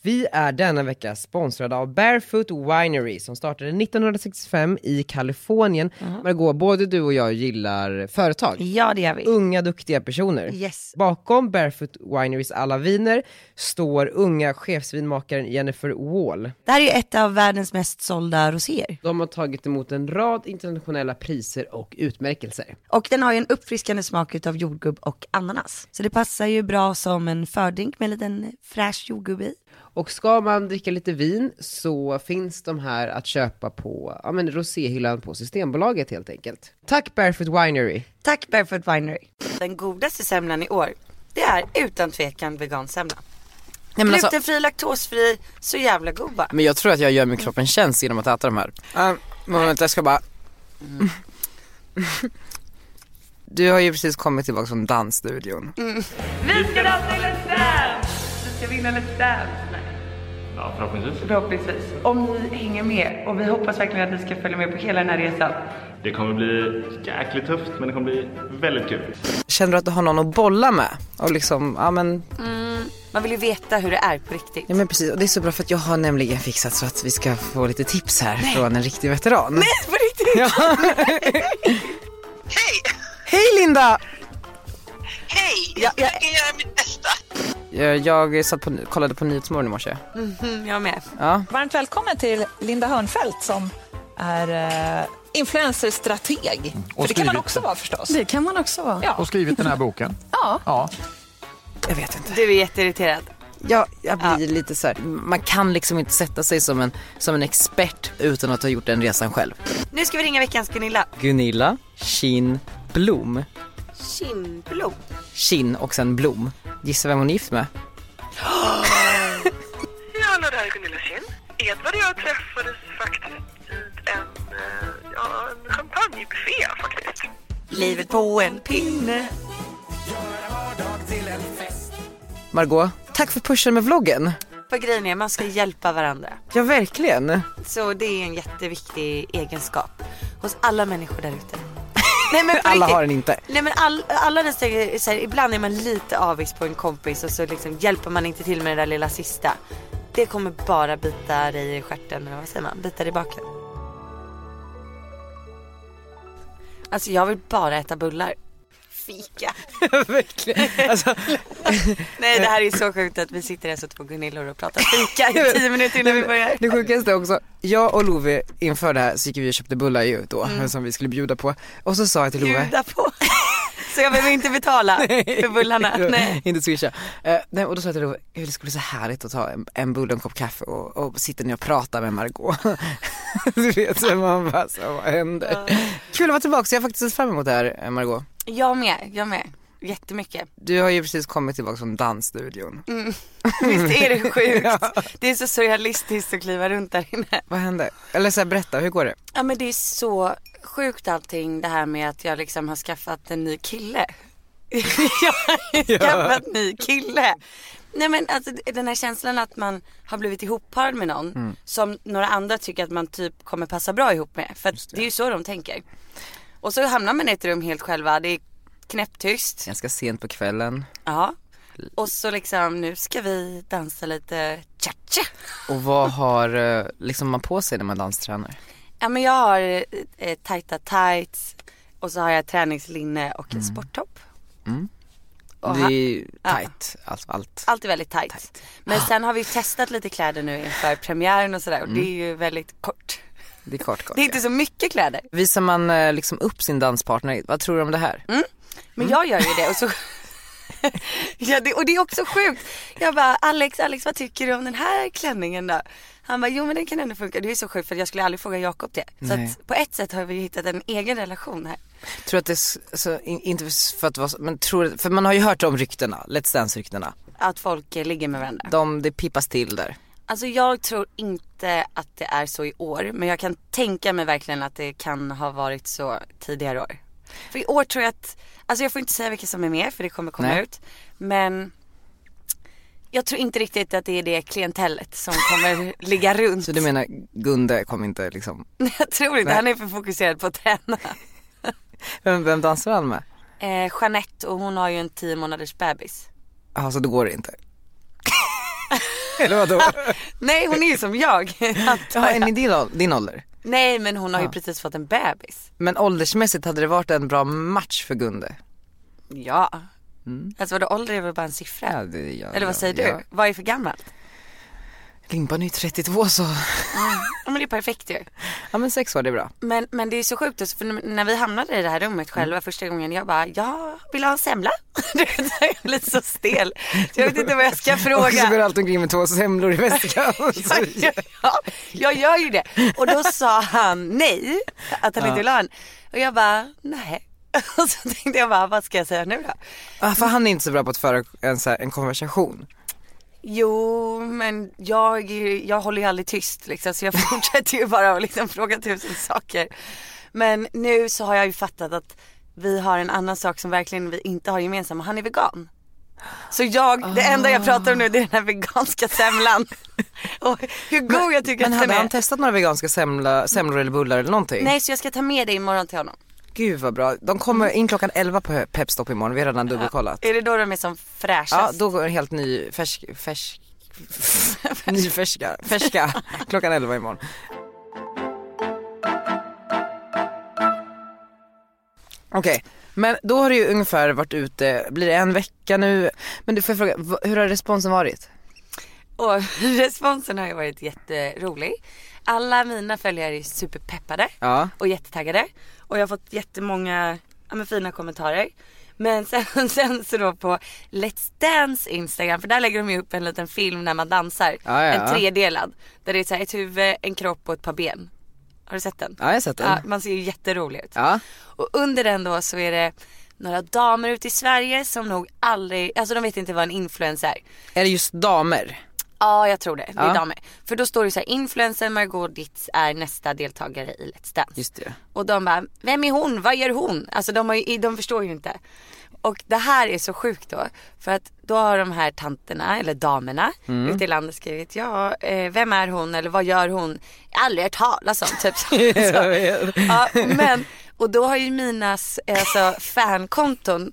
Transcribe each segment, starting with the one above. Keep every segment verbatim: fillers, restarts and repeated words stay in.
Vi är denna vecka sponsrade av Barefoot Winery som startade nittonhundrasextiofem i Kalifornien. Uh-huh. Margot, både du och jag gillar företag. Ja, det gör vi. Unga, duktiga personer. Yes. Bakom Barefoot Winerys alla viner står unga chefsvinmakaren Jennifer Wall. Det här är ett av världens mest sålda roséer. De har tagit emot en rad internationella priser och utmärkelser. Och den har ju en uppfriskande smak utav jordgubb och ananas. Så det passar ju bra som en fördrink med en liten fräsch jordgubb i. Och ska man dricka lite vin så finns de här att köpa på ja, men roséhyllan på Systembolaget helt enkelt. Tack Barefoot Winery. Tack Barefoot Winery. Den godaste semlan i år, det är utan tvekan vegansemla. Glutenfri, alltså, laktosfri, så jävla god bara. Men jag tror att jag gör min kropp en tjänst genom att äta de här. Uh, moment, jag ska bara... Mm. Du har ju precis kommit tillbaka från dansstudion. Mm. Vi ska dansa Let's Dance! Vi ska vinna Let's Dance. Nej. Ja, förhoppningsvis. Förhoppningsvis. Om ni hänger med, och vi hoppas verkligen att ni ska följa med på hela den här resan. Det kommer bli jäkligt tufft, men det kommer bli väldigt kul. Känner du att du har någon att bolla med? Och liksom, ja men... Mm, man vill ju veta hur det är på riktigt. Ja men precis, och det är så bra för att jag har nämligen fixat så att vi ska få lite tips här. Nej. Från en riktig veteran. Nej, på riktigt! Ja. Hej! Hej Linda! Hej! Jag, jag ska göra mitt bästa. Jag, jag satt på, kollade på Nyhetsmorgon i morse. Mm-hmm, jag med. Ja. Varmt välkommen till Linda Hörnfeldt som är uh, influencerstrateg. Mm. För det kan man också vara förstås. Det kan man också vara. Ja. Och skrivit den här boken. Ja. Ja. Jag vet inte. Du är jätteirriterad. Ja, jag blir ja. lite så här. Man kan liksom inte sätta sig som en, som en expert utan att ha gjort den resan själv. Nu ska vi ringa veckans Gunilla. Gunilla Kindblom. Kindblom? Kind och sen Blom. Gissa vem hon är gift med? Ja, hallå, det här är Gunilla Kind. Edvard och jag träffades faktiskt vid en, ja, en champagnebuffé faktiskt. Livet på en pinne. Margot, tack för pushen med vloggen. För grejen är, man ska hjälpa varandra. Ja, verkligen. Så det är en jätteviktig egenskap hos alla människor där ute. Nej, men alla har den inte. Nej, men all, alla nästan, så här, ibland är man lite avis på en kompis och så liksom hjälper man inte till med det där lilla sista. Det kommer bara bita dig i stjärten, eller vad säger man? Bita dig i baken. Alltså jag vill bara äta bullar. Fika. Verkligen. Alltså. Nej, det här är så sjukt att vi sitter här så två Gunillor och pratar fika i tio minuter innan vi börjar. Det sjukaste också, jag och Love inför det här så gick vi och köpte bullar ju då, mm. som vi skulle bjuda på. Och så sa jag till Love. Bjuda på? Så jag behöver inte betala för bullarna. Nej. Inte swisha. Uh, nej, och då sa jag till Love, det skulle bli så härligt att ta en, en bulle och en kopp kaffe och, och sitta ner och prata med Margot. Du vet, så man bara så, vad händer? Uh. Kul att vara tillbaka, så jag har faktiskt sett fram emot det här, Margot. Jag med, jag med. Jättemycket. Du har ju precis kommit tillbaka från dansstudion. Mm. Visst är det sjukt? Ja. Det är så surrealistiskt att kliva runt där inne. Vad hände? Eller så här, berätta, hur går det? Ja, men det är så sjukt allting, det här med att jag liksom har skaffat en ny kille. Jag har skaffat en ny kille. Nej, men alltså den här känslan att man har blivit ihopparad med någon mm. som några andra tycker att man typ kommer passa bra ihop med. För att det. det är ju så de tänker. Och så hamnar man i ett rum helt själva. Det är knäpptyst. Ganska sent på kvällen. Ja. Och så liksom, nu ska vi dansa lite cha-cha. Och vad har liksom man på sig när man danstränar? Ja, men jag har eh, tajta tights. Och så har jag träningslinne och en mm. sporttopp. Mm. Och det är tajt. Ja. Allt, allt. allt är väldigt tajt. tajt. Men sen har vi testat lite kläder nu inför premiären och sådär. Och mm. det är ju väldigt kort. Det är kort, kort. Det är inte så mycket kläder. Visar man liksom upp sin danspartner? Vad tror du om det här? Mm. Men mm. jag gör ju det. Och, så ja, det, och det är också sjukt. Jag bara, Alex, Alex, vad tycker du om den här klänningen då? Han bara, jo men den kan ändå funka. Det är så sjukt för jag skulle aldrig fråga Jakob det. Så att på ett sätt har vi hittat en egen relation här. Tror att det är, alltså, inte för att vara så, men tror, för man har ju hört om ryktena, Let's Dance-ryktena. Att folk eh, ligger med varandra. De, det pipas till där. Alltså jag tror inte att det är så i år. Men jag kan tänka mig verkligen att det kan ha varit så tidigare år. För i år tror jag att, alltså jag får inte säga vilka som är med för det kommer komma Nej. ut. Men jag tror inte riktigt att det är det klientellet som kommer ligga runt. Så du menar Gunde kommer inte liksom? Jag tror inte, Nej. han är för fokuserad på att träna. Vem, vem dansar han med? Eh, Jeanette, och hon har ju en tio månaders bebis. Ja, så då går det inte. Eller vadå? Nej, hon är ju som jag. Ja, är ni din, din ålder? Nej, men hon har ju Ja. precis fått en bebis. Men åldersmässigt hade det varit en bra match för Gunde. Ja. Mm. Alltså vadå, ålder är väl bara en siffra? Ja, det, ja, Eller vad ja, säger ja. du? Vad är för gammalt? Limpan är ju trettiotvå så. Mm. Ja, men det är perfekt ju. Ja, men sex år, det är bra. Men, men det är så sjukt, för när vi hamnade i det här rummet själva mm. första gången, jag bara, jag vill ha en semla. Det är lite så stel. Jag vet inte vad jag ska fråga. Och så går allt omkring med två semlor i väskan. ja, ja, ja, jag gör ju det. Och då sa han nej, att han ja. inte vill ha en. Och jag bara, nej. Och så tänkte jag bara, vad ska jag säga nu då? Ja, för han är inte så bra på att föra en, så här, en konversation. Jo, men jag, jag håller ju aldrig tyst liksom, så jag fortsätter ju bara att liksom fråga tusen saker. Men nu så har jag ju fattat att vi har en annan sak som verkligen vi inte har gemensamt. Han är vegan. Så jag, oh. det enda jag pratar om nu, det är den här veganska semlan. Och hur god men, jag tycker men att den är. Men hade han testat några veganska semla, semlor eller bullar eller någonting? Nej, så jag ska ta med det imorgon till honom. Gud vad bra. De kommer in klockan elva på Pepstop imorgon. Vi har redan dubbelkollat. Ja. Är det då de är som fräschast? Ja, då går en helt ny färsk, färsk, ny färska, färska klockan elva imorgon. Okej, okay. Men då har du ju ungefär varit ute, blir det en vecka nu? Men du får fråga, hur har responsen varit? Och responsen har ju varit jätterolig. Alla mina följare är superpeppade ja. och jättetaggade. Och jag har fått jättemånga ja, men fina kommentarer. Men sen, sen så då på Let's Dance Instagram, för där lägger de ju upp en liten film när man dansar. Ja, ja. En tredelad. Där det är så här ett huvud, en kropp och ett par ben. Har du sett den? Ja, jag har sett den. Ja, man ser ju jätterolig ut. Ja. Och under den då så är det några damer ute i Sverige som nog aldrig, alltså de vet inte vad en influencer är. Är det just damer? Ja, jag tror det. Det är ja. damer. För då står det så här, influencer Margot Dietz är nästa deltagare i Let's Dance. Just det. Och de bara, vem är hon? Vad gör hon? Alltså de, har ju, de förstår ju inte. Och det här är så sjukt då. För att då har de här tanterna, eller damerna, mm. ute i landet skrivit, ja, eh, vem är hon? Eller vad gör hon? Jag har aldrig hört talas om, typ så. så. Ja, men, och då har ju mina alltså, fankonton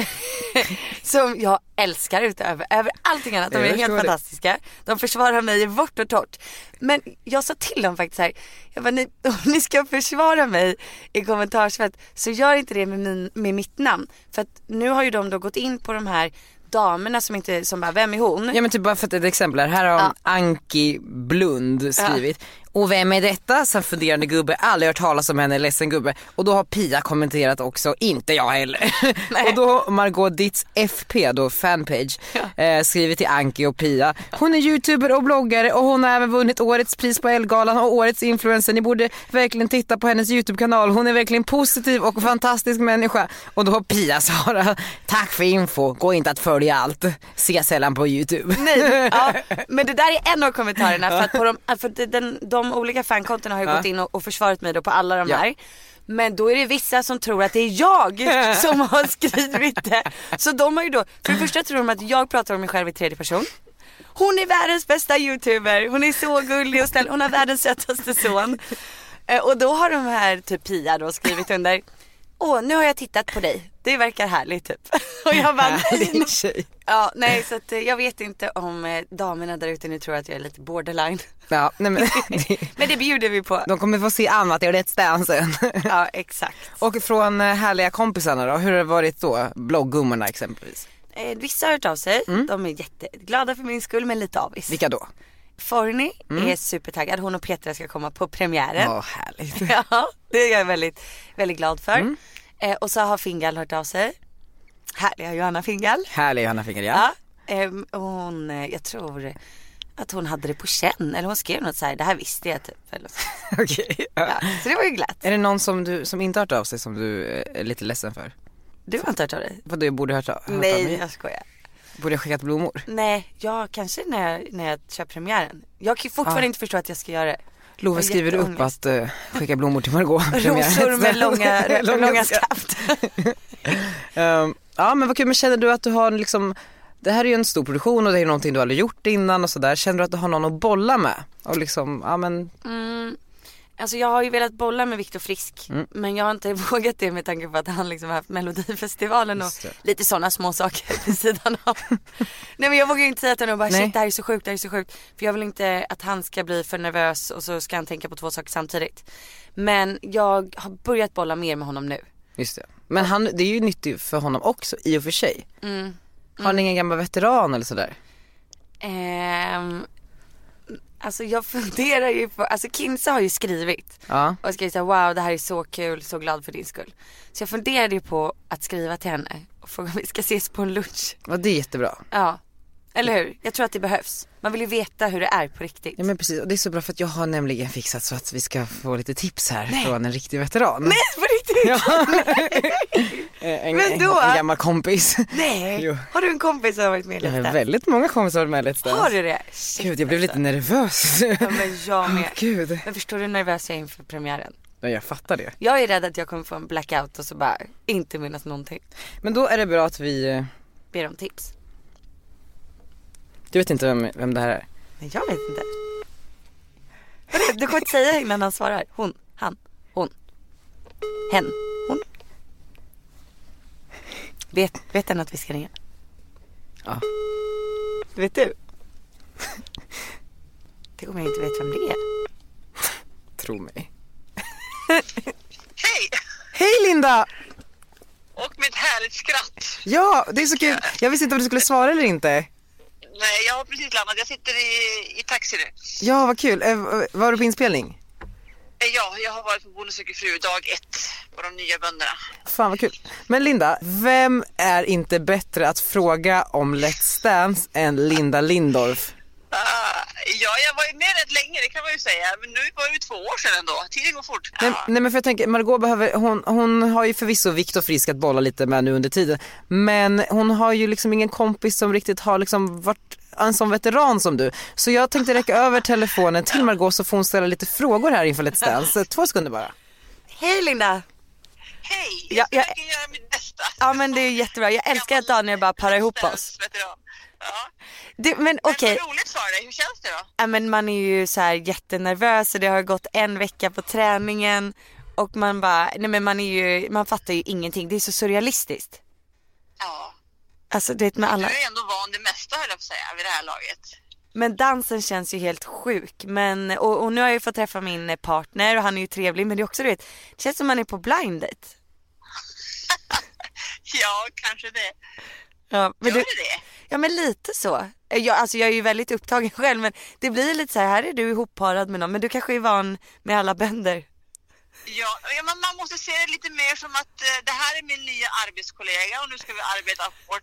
som jag älskar utöver över allting annat. De är helt fantastiska. De försvarar mig i vårt och torrt. Men jag sa till dem faktiskt här, jag bara, ni, om ni ska försvara mig i kommentarsfält så gör inte det med, min, med mitt namn. För att nu har ju de då gått in på de här damerna som inte, som bara, vem är hon? Ja, men typ bara för ett exempel här, här har ja. Anki Blund skrivit ja. Och vem är detta? Som funderande gubbe, aldrig hört talas om henne, ledsen gubbe. Och då har Pia kommenterat också, inte jag heller. Och då har Margot Dietz F P, då fanpage, ja. eh, skrivit till Anki och Pia. Hon är youtuber och bloggare och hon har även vunnit årets pris på Elgalan och årets influencer. Ni borde verkligen titta på hennes YouTube-kanal. Hon är verkligen positiv och fantastisk människa. Och då har Pia svarat, tack för info, gå inte att följa allt. Se sällan på YouTube. Nej, ja, men det där är en av kommentarerna. För att på de, för den, de olika fankontona har ju ja. gått in och, och försvarat mig då på alla de ja. här. Men då är det vissa som tror att det är jag som har skrivit det. Så de har ju då, för det första tror de att jag pratar om mig själv i tredje person. Hon är världens bästa youtuber. Hon är så gullig och snäll. Hon har världens sötaste son. Och då har de här typ Pia då skrivit under, åh, nu har jag tittat på dig. Det verkar härligt typ. Och jag bara, nej, tjej. Ja, nej, så att jag vet inte om damerna där ute nu tror att jag är lite borderline. Ja, nej, men, men det bjuder vi på. De kommer få se annat i Let's Dance. Ja, exakt. Och från härliga kompisarna då, hur har det varit då? Bloggummorna exempelvis. Eh, vissa har hört av sig. Mm. De är jätteglada för min skull, men lite avis. Vilka då? Forni mm. är supertaggad. Hon och Petra ska komma på premiären. Åh, härligt. Ja, det är jag väldigt, väldigt glad för. Mm. Eh, och så har Fingal hört av sig. Härliga Johanna Fingal. Härliga Johanna Fingal, ja. ja eh, hon, jag tror att hon hade det på känn. Eller hon skrev något så här, det här visste jag typ. Okej. Okay, ja. Ja, så det var ju glatt. Är det någon som, du, som inte har hört av sig som du är lite ledsen för? Du har inte hört av dig? Vad du borde ha hört, hört Nej, av mig? jag skojar. Borde jag skickat blommor? Nej, jag kanske när jag, när jag kör premiären. Jag kan fortfarande ah. inte förstå att jag ska göra det. Love skriver upp att uh, skicka blommor till Margot. Rosor med långa, långa, långa skaft. um, ja, men vad kul. Men känner du att du har liksom, det här är ju en stor produktion och det är någonting du aldrig gjort innan och sådär. Känner du att du har någon att bolla med? Och liksom, ja men... Mm, Alltså jag har ju velat bolla med Viktor Frisk. Mm. Men jag har inte vågat det med tanke på att han liksom har haft Melodifestivalen och lite sådana små saker vid sidan av. Nej, men jag vågar inte säga till honom bara, shit, det här är så sjukt, det här är så sjukt. För jag vill inte att han ska bli för nervös och så ska han tänka på två saker samtidigt. Men jag har börjat bolla mer med honom nu. Just det. Men han, det är ju nyttigt för honom också i och för sig. Mm. Mm. Har ni ingen gammal veteran eller sådär? Ehm... Alltså jag funderar ju på, alltså Kinsa har ju skrivit ja. och skrivit så här, wow, det här är så kul, så glad för din skull. Så jag funderade ju på att skriva till henne och fråga om vi ska ses på en lunch. Ja, det är jättebra. Ja, eller hur? Jag tror att det behövs. Man vill ju veta hur det är på riktigt. Ja men precis, och det är så bra för att jag har nämligen fixat så att vi ska få lite tips här Nej. från en riktig veteran. Nej, på riktigt? Ja. en, men då? En, en gammal kompis. Nej, jo. Har du en kompis som har varit med i Let's Dance? Jag har väldigt många kompisar som har varit med i Let's Dance. Har du det? Shit, Gud, jag blev lite nervös. Ja, men jag med. Oh, Gud. Men förstår du hur nervös jag är inför premiären? Ja, jag fattar det. Jag är rädd att jag kommer få en blackout och så bara inte minnas någonting. Men då är det bra att vi ber om tips. Du vet inte vem, vem det här är? Nej, jag vet inte. Du kommer inte säga innan han svarar. Hon, han, hon. Hen, hon. Vet, vet den att vi ska ringa? Ja. Vet du? Det kommer jag inte vet vem det är. Tro mig. Hej! Hej Linda! Och med ett härligt skratt. Ja, det är så kul. Jag visste inte om du skulle svara eller inte. Nej, jag har precis landat. Jag sitter i, i taxi nu. Ja, vad kul. Eh, var du på inspelning? Eh, ja, jag har varit på Bonde söker fru dag ett på de nya bönderna. Fan vad kul. Men Linda, vem är inte bättre att fråga om Let's Dance än Linda Lindorff? Uh, ja, jag var ju med rätt länge, det kan man ju säga. Men nu var det ju två år sedan ändå. Tiden går fort. Nej, uh. nej men för jag tänker, Margot behöver, hon, hon har ju förvisso Viktor Frisk att bolla lite med nu under tiden. Men hon har ju liksom ingen kompis som riktigt har liksom varit en sån veteran som du. Så jag tänkte räcka över telefonen till Margot så får hon ställa lite frågor här inför Let's Dance. Två sekunder bara. Hej Linda! Hej, jag, jag försöker göra mitt bästa. Ja men det är jättebra, jag älskar att Daniel bara parar ihop oss. Ja. Det, men okej. Okay. Roligt för dig, hur känns det då? Ja men man är ju så här jättenervös och det har gått en vecka på träningen. Och man bara, nej men man är ju, man fattar ju ingenting, det är så surrealistiskt. Ja. Alltså det med alla. Du är ändå van det mesta höll jag på att säga vid det här laget. Men dansen känns ju helt sjuk. Men, och, och nu har jag ju fått träffa min partner och han är ju trevlig. Men det är också, du vet, det känns som man är på blind date. Ja, kanske det. Ja, men Gör du, det det? Ja, men lite så. Jag, alltså jag är ju väldigt upptagen själv. Men det blir lite så här, här är du ihopparad med någon. Men du kanske är van med alla bänder. Ja, ja man, man måste se det lite mer som att eh, det här är min nya arbetskollega och nu ska vi arbeta hårt.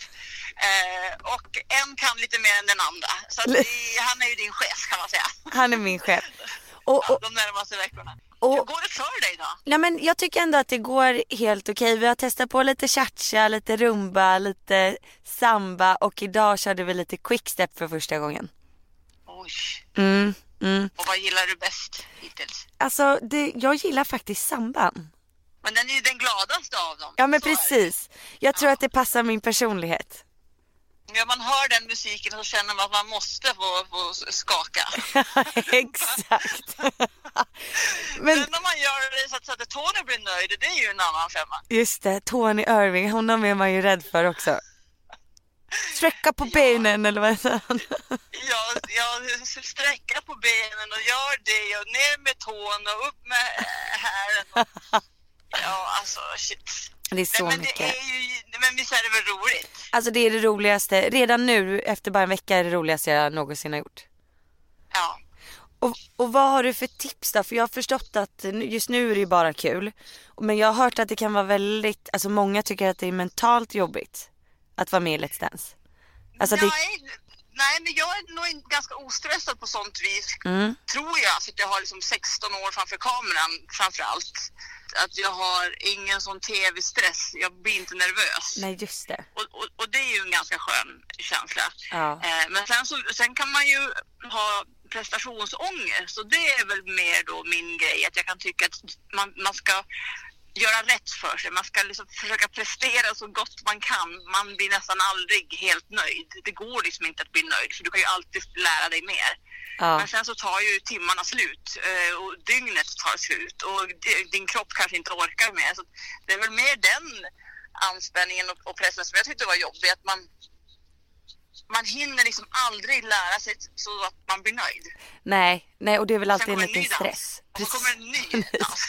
Eh, och en kan lite mer än den andra. Så att vi, han är ju din chef kan man säga. Han är min chef. Och, och, ja, de närmaste veckorna. Och, hur går det för dig då? Ja, men jag tycker ändå att det går helt okej. Vi har testat på lite cha-cha, lite rumba, lite samba. Och idag körde vi lite quickstep för första gången. Oj. Mm, mm. Och vad gillar du bäst hittills? Alltså, det, jag gillar faktiskt samban. Men den är ju den gladaste av dem. Ja, men så precis. Jag tror ja. att det passar min personlighet. Ja, man hör den musiken och så känner man att man måste få, få skaka. Exakt. Men sen när man gör det så att, så att Tony blir nöjd, det är ju en annan femma. Just det, Tony Irving, honom är man ju rädd för också. Sträcka på ja. benen eller vad är han? Ja, ja, sträcka på benen och gör det och ner med tån och upp med hälen. Och... Ja, alltså shit. Det är så Nej, men mycket. Det är ju, men visst är det väl roligt? Alltså det är det roligaste. Redan nu, efter bara en vecka, är det roligaste jag någonsin har gjort. Ja. Och, och vad har du för tips då? För jag har förstått att just nu är det ju bara kul. Men jag har hört att det kan vara väldigt, alltså många tycker att det är mentalt jobbigt att vara med i Let's Dance. Alltså nej, det... nej, men jag är nog ganska ostressad på sånt vis. Mm. Tror jag, så att jag har liksom sexton år framför kameran framförallt. Att jag har ingen sån tv-stress. Jag blir inte nervös. Nej, just det. Och, och, och det är ju en ganska skön känsla. Ja. Eh, men sen, så, sen kan man ju ha prestationsångest. Och det är väl mer då min grej. Att jag kan tycka att man, man ska göra rätt för sig. Man ska liksom försöka prestera så gott man kan. Man blir nästan aldrig helt nöjd. Det går liksom inte att bli nöjd. För du kan ju alltid lära dig mer. Ja. Men sen så tar ju timmarna slut eh, och dygnet tar slut och din kropp kanske inte orkar med. Så det är väl mer den anspänningen och, och pressen som jag tyckte var jobbig, att man man hinner liksom aldrig lära sig så att man blir nöjd. Nej, nej, och det är väl alltid en liten en stress. Och så kommer en ny dans.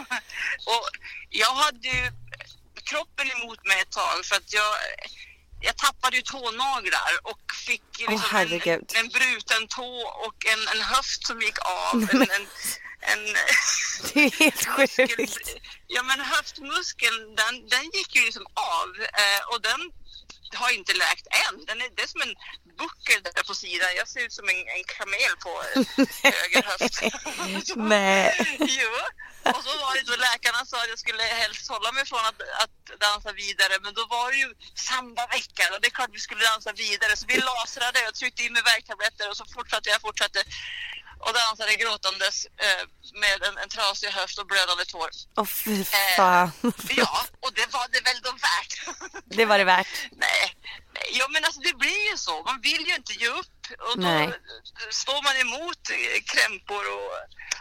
Och jag hade ju kroppen emot mig ett tag för att jag jag tappade ju tånaglar och fick liksom oh, en, en bruten tå och en, en höft som gick av. En, en, en, det är helt sjukt. Ja, men höftmuskeln, den, den gick ju liksom av eh, och den har inte läkt än. Den är, det är som en buckel där på sidan. Jag ser ut som en, en kamel på höger höft. Nej. Jo. Och så var det så läkarna sa att jag skulle helst hålla mig från att, att dansa vidare. Men då var det ju samba-veckan och det är klart vi skulle dansa vidare. Så vi lasrade och tryckte in med värktabletter och så fortsatte jag fortsatte. Och dansade gråtandes eh, med en, en trasig höft och blödande tår. Åh oh, fy fan. Eh, ja, och det var det väl då värt. Det var det värt. Nej, nej, ja men alltså det blir ju så. Man vill ju inte ge upp. Och då nej. står man emot krämpor och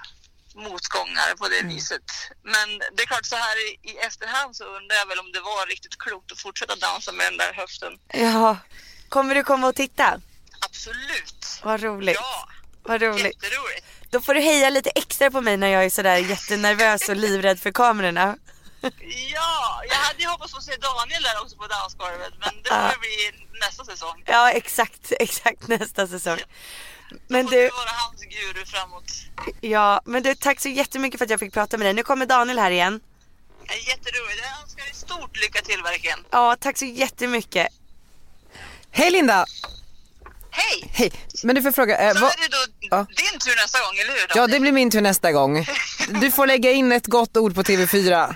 motgångar på det viset. Men det är klart så här i, i efterhand så undrar jag väl om det var riktigt klokt att fortsätta dansa med den där höften. Ja, kommer du komma och titta? Absolut. Vad roligt. Ja. Vad roligt. Jätteroligt. Då får du heja lite extra på mig när jag är sådär jättenervös och livrädd för kamerorna. Ja, jag hade ju hoppats få se Daniel där också på dansgolvet, men det får bli nästa säsong. Ja, exakt, exakt nästa säsong. Men du du, vara hans guru framåt. Ja, men du, tack så jättemycket för att jag fick prata med dig. Nu kommer Daniel här igen. Jätteroligt, jag önskar dig stort lycka till verkligen. Ja, tack så jättemycket. Hej Linda! Hej! Hej, men du får fråga eh, Så vad... är det då ja. din tur nästa gång, eller hur? Då? Ja, det blir min tur nästa gång. Du får lägga in ett gott ord på T V fyra.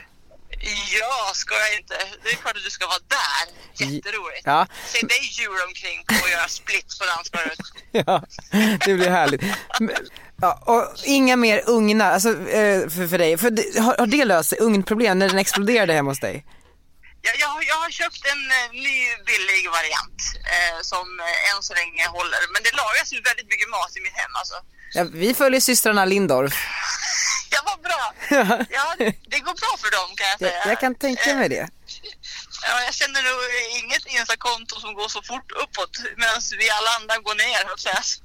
Ja, ska jag inte. Det är klart att du ska vara där. Jätteroligt. Ja. Se dig djur omkring på och göra splits på dansgolvet. Ja, det blir härligt. Ja, och inga mer ugnar alltså, för, för dig. För det, har, har det löst sig, ugnproblem när den exploderade hemma hos dig? Ja, jag, jag har köpt en uh, ny billig variant uh, som uh, än så länge håller. Men det lagas ju väldigt mycket mat i mitt hem alltså. Ja, vi följer systrarna Lindorff. Ja, vad bra. Ja, det går bra för dem kan jag säga. Jag, jag kan tänka mig det. Ja, jag känner nog inget Insta-konto som går så fort uppåt medan vi alla andra går ner och så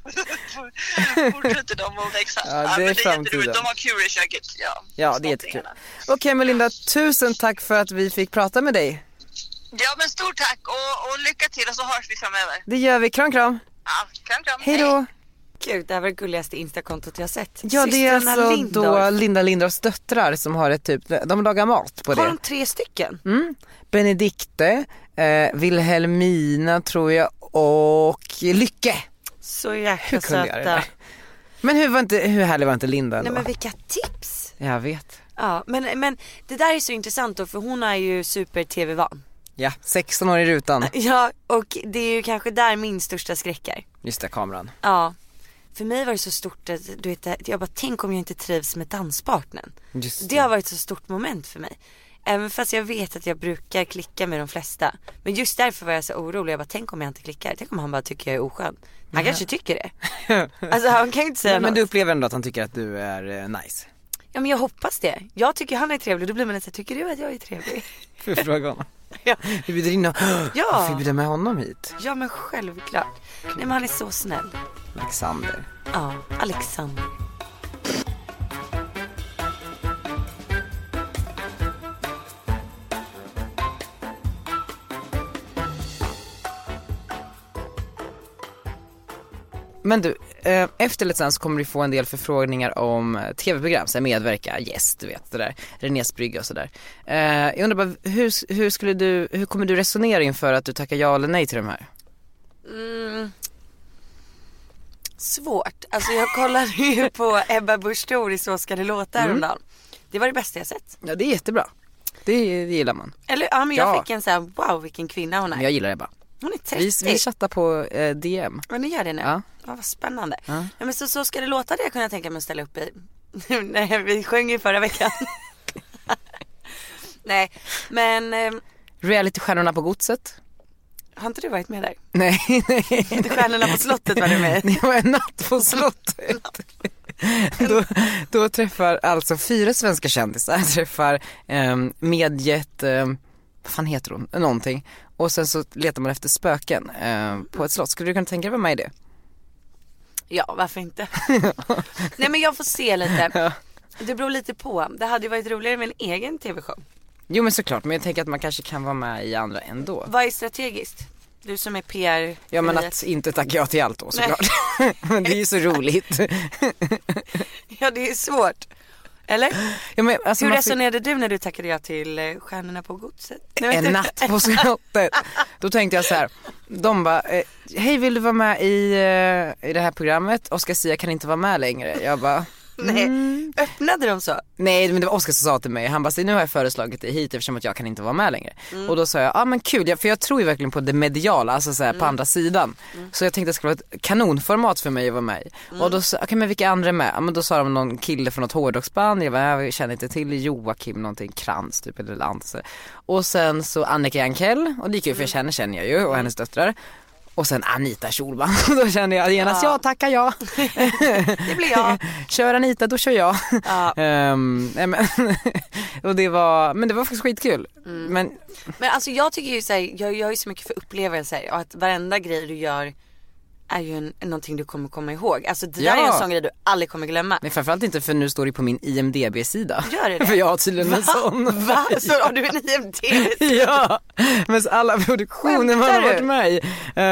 fortsätter de att växa. Ja, det är, ja, men det är framtiden. jätteroligt. De har kul i köket. Ja, ja det är jättekul. Okej, okay, Melinda, tusen tack för att vi fick prata med dig. Ja, men stort tack och, och lycka till och så hörs vi framöver. Det gör vi. Kram, kram. Ja, kram, kram. Hej då. Gud, det här var det gulligaste Instakontot jag har sett. Ja, det är alltså Lindorff. då Linda Lindorffs döttrar som har ett typ, de lagar mat på det. Har de tre stycken? Mm. Benedikte, eh, Wilhelmina tror jag och Lycke. Så jäkla söta. Men hur, var inte, hur härlig var inte Linda ändå? Nej, men vilka tips. Jag vet. Ja, men, men det där är så intressant då, för hon är ju super-tv-van. Ja, sexton år i rutan. Ja, och det är ju kanske där min största skräck är. Just det, kameran. Ja, för mig var det så stort att du vet, jag bara tänk om jag inte trivs med danspartnern. Just det. Det har varit ett så stort moment för mig. Även fast jag vet att jag brukar klicka med de flesta. Men just därför var jag så orolig. Jag bara, tänk om jag inte klickar. Tänk om han bara tycker jag är oskön. Han kanske tycker det. Alltså han kan ju inte säga men, något. Men du upplever ändå att han tycker att du är uh, nice. Ja, men jag hoppas det. Jag tycker han är trevlig. Då blir man lite så, tycker du att jag är trevlig? Får jag fråga honom? Ja. Vi bjuder in honom. Ja. Vi bjuder med honom hit. Ja, men självklart. Nej, men han är så snäll. Alexander. Ja, Alexander. Men du, efter lite sen så kommer du få en del förfrågningar om tv-program, så medverka, yes, du vet det där, Renés brygga och sådär. Jag undrar bara, hur, hur skulle du, hur kommer du resonera inför att du tackar ja eller nej till de här? Mm. Svårt. Alltså jag kollade ju på Ebba Busch Thor i Så ska det låta häromdagen. Mm. Det var det bästa jag sett. Ja, det är jättebra. Det, det gillar man. Eller ja, men jag ja. fick en så här, wow, vilken kvinna hon är. Men jag gillar Ebba. Hon är trettio. Vi, vi chattar på eh, D M. Ja, ni gör det nu. Ja. Ja, vad spännande. Ja. Ja, men så, så ska det låta, det jag kunna tänka mig att ställa upp i. Nej, vi sjöng ju förra veckan. Nej, men... Eh, Reality-stjärnorna på godset. Har inte du varit med där? Nej, nej. Inte Stjärnorna på slottet var du med. Det var en natt på slottet. då, då träffar alltså fyra svenska kändisar, träffar eh, medjet, eh, vad fan heter hon, någonting. Och sen så letar man efter spöken eh, på ett slott. Skulle du kunna tänka dig vara med i det? Ja, varför inte? Nej, men jag får se lite. Ja. Det beror lite på. Det hade ju varit roligare med en egen tv-show. Jo men såklart, men jag tänker att man kanske kan vara med i andra ändå. Vad är strategiskt? Du som är P R. Ja men att inte tacka ja till allt då såklart. Men det är ju så roligt. Ja, det är svårt. Eller? Ja, men, alltså, hur man resonerade du när du tackade ja till eh, Stjärnorna på godset? En natt på slottet. Då tänkte jag så här. De bara, eh, hej vill du vara med i, eh, i det här programmet? Oscar Sia kan inte vara med längre. Jag bara, Nej, mm. öppnade de så? Nej, men det var Oscar som sa till mig. Han bara, nu har jag föreslagit dig hit eftersom att jag kan inte vara med längre. Mm. Och då sa jag, ja ah, men kul, för jag tror ju verkligen på det mediala, alltså så här, mm. på andra sidan. Mm. Så jag tänkte att det skulle vara ett kanonformat för mig att vara med i. Mm. Och då sa, okej okay, men vilka andra är med? Ja, men då sa de någon kille från något hårdrocksband. Jag bara, jag känner inte till Joakim någonting, Krantz typ eller Lantz. Och sen så Annika Jankell, och lika för jag känner känner jag ju, och hennes döttrar. Och sen Anita Schulman. Då kände jag genast, ja, ja tackar jag. Det blir jag. Kör Anita, då kör jag. Ja. um, men, och det var, men det var faktiskt skitkul. Mm. Men, men alltså jag tycker ju så här, jag gör ju så mycket för upplevelser. Och att varenda grej du gör är ju en, någonting du kommer komma ihåg. Alltså det ja. där är en sån grej du aldrig kommer glömma. Nej, framförallt inte för nu står det på min I M D B-sida. Gör det det? För jag har tydligen Va? en sån. Va? Så har du en I M D B-sida? Ja, men alla produktioner man har varit med i.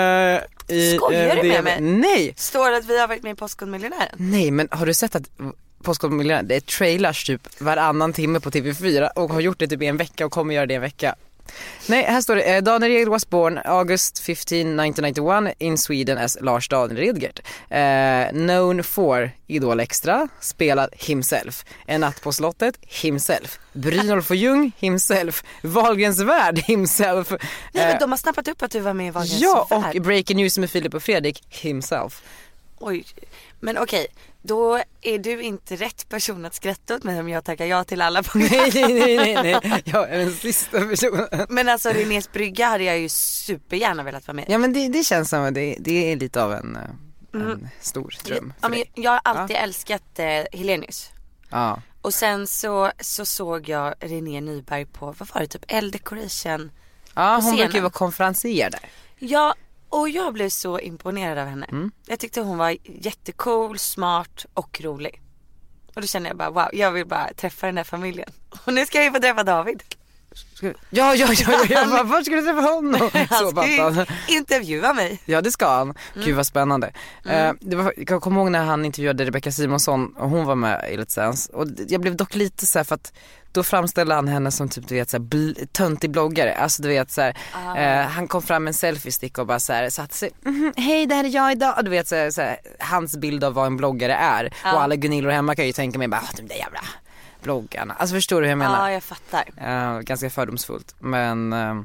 Uh, i Skojar uh, du med mig? Nej. Står det att vi har varit med i Postkodmiljonären? Nej, men har du sett att Postkodmiljonären, det är trailers typ varannan timme på T V fyra och har gjort det typ i en vecka och kommer göra det i en vecka. Nej, här står det, Daniel Redgert was born August fifteenth nineteen ninety-one in Sweden as Lars Daniel Redgert. Uh, known for Idol Extra, spelad himself. En natt på slottet, himself. Brynolf och Ljung, himself. Wahlgrens värld, himself. Nej, men de har snappat upp att du var med i Wahlgrens ja, värld. Ja, och Breaking News med Filip och Fredrik, himself. Oj, men okej, då är du inte rätt person att skratta åt mig om jag tackar ja till alla program. Nej, nej, nej, nej, jag är den sista personen. Men alltså Renés brygga hade jag ju supergärna velat vara med. Ja, men det, det känns som att det, det är lite av en, en mm. stor dröm ja, men jag har alltid ja. älskat eh, Helenius. Ja. Och sen så, så såg jag René Nyberg på, vad var det, typ L-decoration. Ja, hon brukar ju vara konferencier där. Ja, och jag blev så imponerad av henne. Mm. Jag tyckte hon var jättecool, smart och rolig. Och då kände jag bara, wow, jag vill bara träffa den där familjen. Och nu ska jag ju få träffa David. Ja, ja, ja, ja, ja. Bara, var ska du träffa honom? Han ska ju intervjua mig. Ja, det ska han. Gud mm. vad spännande. Mm. Uh, det var, jag kommer ihåg när han intervjuade Rebecca Simonsson och hon var med i Let's Dance. Och jag blev dock lite så här för att då framställde han henne som typ, du vet, så här, bl- töntig bloggare. Alltså du vet så här, ah. uh, han kom fram med en selfie-stick och bara så här satt sig, mm, hej det här är jag idag. Och du vet så här, så här, hans bild av vad en bloggare är. Ah. Och alla Gunillor hemma kan ju tänka mig bara, de där jävla bloggarna. Alltså förstår du hur jag menar? Ja, jag fattar. Uh, ganska fördomsfullt. Men uh,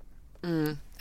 mm. äh.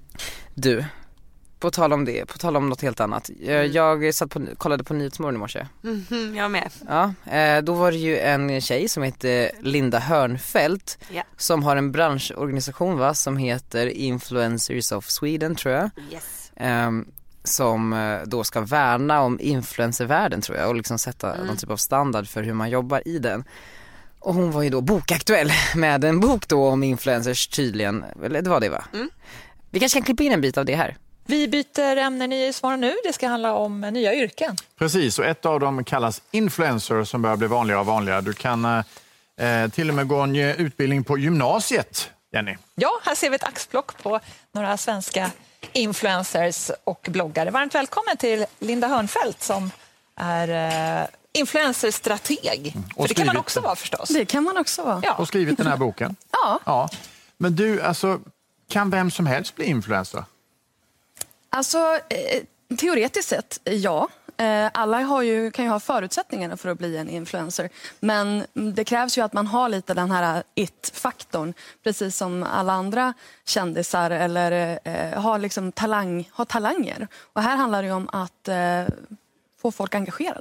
Du, på tal om det, på tal om något helt annat. Uh, mm. Jag satt på, kollade på Nyhetsmorgon i morse. Mm-hmm, jag med. Ja, uh, då var det ju en tjej som heter Linda Hörnfeldt yeah. som har en branschorganisation va, som heter Influencers of Sweden tror jag. Yes. Um, som då ska värna om influencervärlden tror jag och liksom sätta mm. någon typ av standard för hur man jobbar i den. Och hon var ju då bokaktuell med en bok då om influencers tydligen, eller det var det va? Mm. Vi kanske kan klippa in en bit av det här. Vi byter ämnen i Svara nu, det ska handla om nya yrken. Precis, och ett av dem kallas influencer som börjar bli vanligare och vanligare. Du kan eh, till och med gå en utbildning på gymnasiet, Jenny. Ja, här ser vi ett axplock på några svenska influencers och bloggare. Varmt välkommen till Linda Hörnfeldt som är eh, influencerstrateg. Mm. För det kan man också vara förstås. Det kan man också vara. Ja. Och skrivit den här boken. Ja. ja. Men du, alltså, kan vem som helst bli influencer? Alltså, eh, teoretiskt sett, ja. Eh, alla har ju, kan ju ha förutsättningarna för att bli en influencer. Men det krävs ju att man har lite den här it-faktorn. Precis som alla andra kändisar eller eh, har, liksom talang, har talanger. Och här handlar det ju om att eh, få folk engagerade.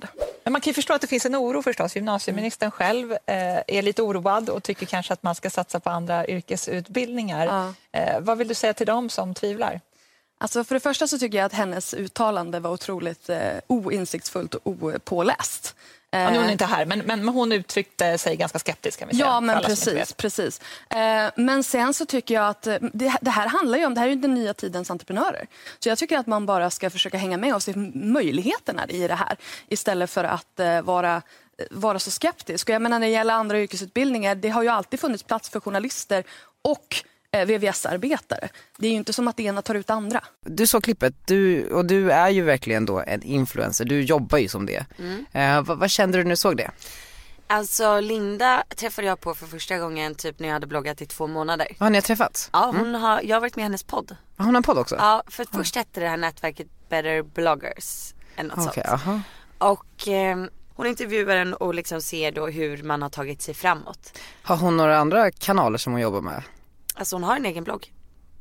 Men man kan ju förstå att det finns en oro förstås. Gymnasieministern själv eh, är lite oroad och tycker kanske att man ska satsa på andra yrkesutbildningar. Ja. Eh, vad vill du säga till dem som tvivlar? Alltså för det första så tycker jag att hennes uttalande var otroligt eh, oinsiktsfullt och opåläst. Ja, nu är hon inte här, men, men hon uttryckte sig ganska skeptisk kan vi säga. Ja, men precis. precis. Eh, men sen så tycker jag att det, det här handlar ju om, det här är ju den nya tidens entreprenörer. Så jag tycker att man bara ska försöka hänga med och se möjligheterna i det här. Istället för att eh, vara, vara så skeptisk. Och jag menar när det gäller andra yrkesutbildningar, det har ju alltid funnits plats för journalister och V V S-arbetare. Det är ju inte som att det ena tar ut andra. Du såg klippet, du, och du är ju verkligen då en influencer. Du jobbar ju som det. Mm. Eh, vad, vad kände du när du såg det? Alltså Linda träffade jag på för första gången typ när jag hade bloggat i två månader. Har ni träffats? Ja, hon mm. har, jag har varit med i hennes podd. Har hon en podd också? Ja, för mm. först hette det här nätverket Better Bloggers. Eller något okay, sånt. Aha. Och eh, hon intervjuar den och liksom ser då hur man har tagit sig framåt. Har hon några andra kanaler som hon jobbar med? Alltså hon har en egen blogg.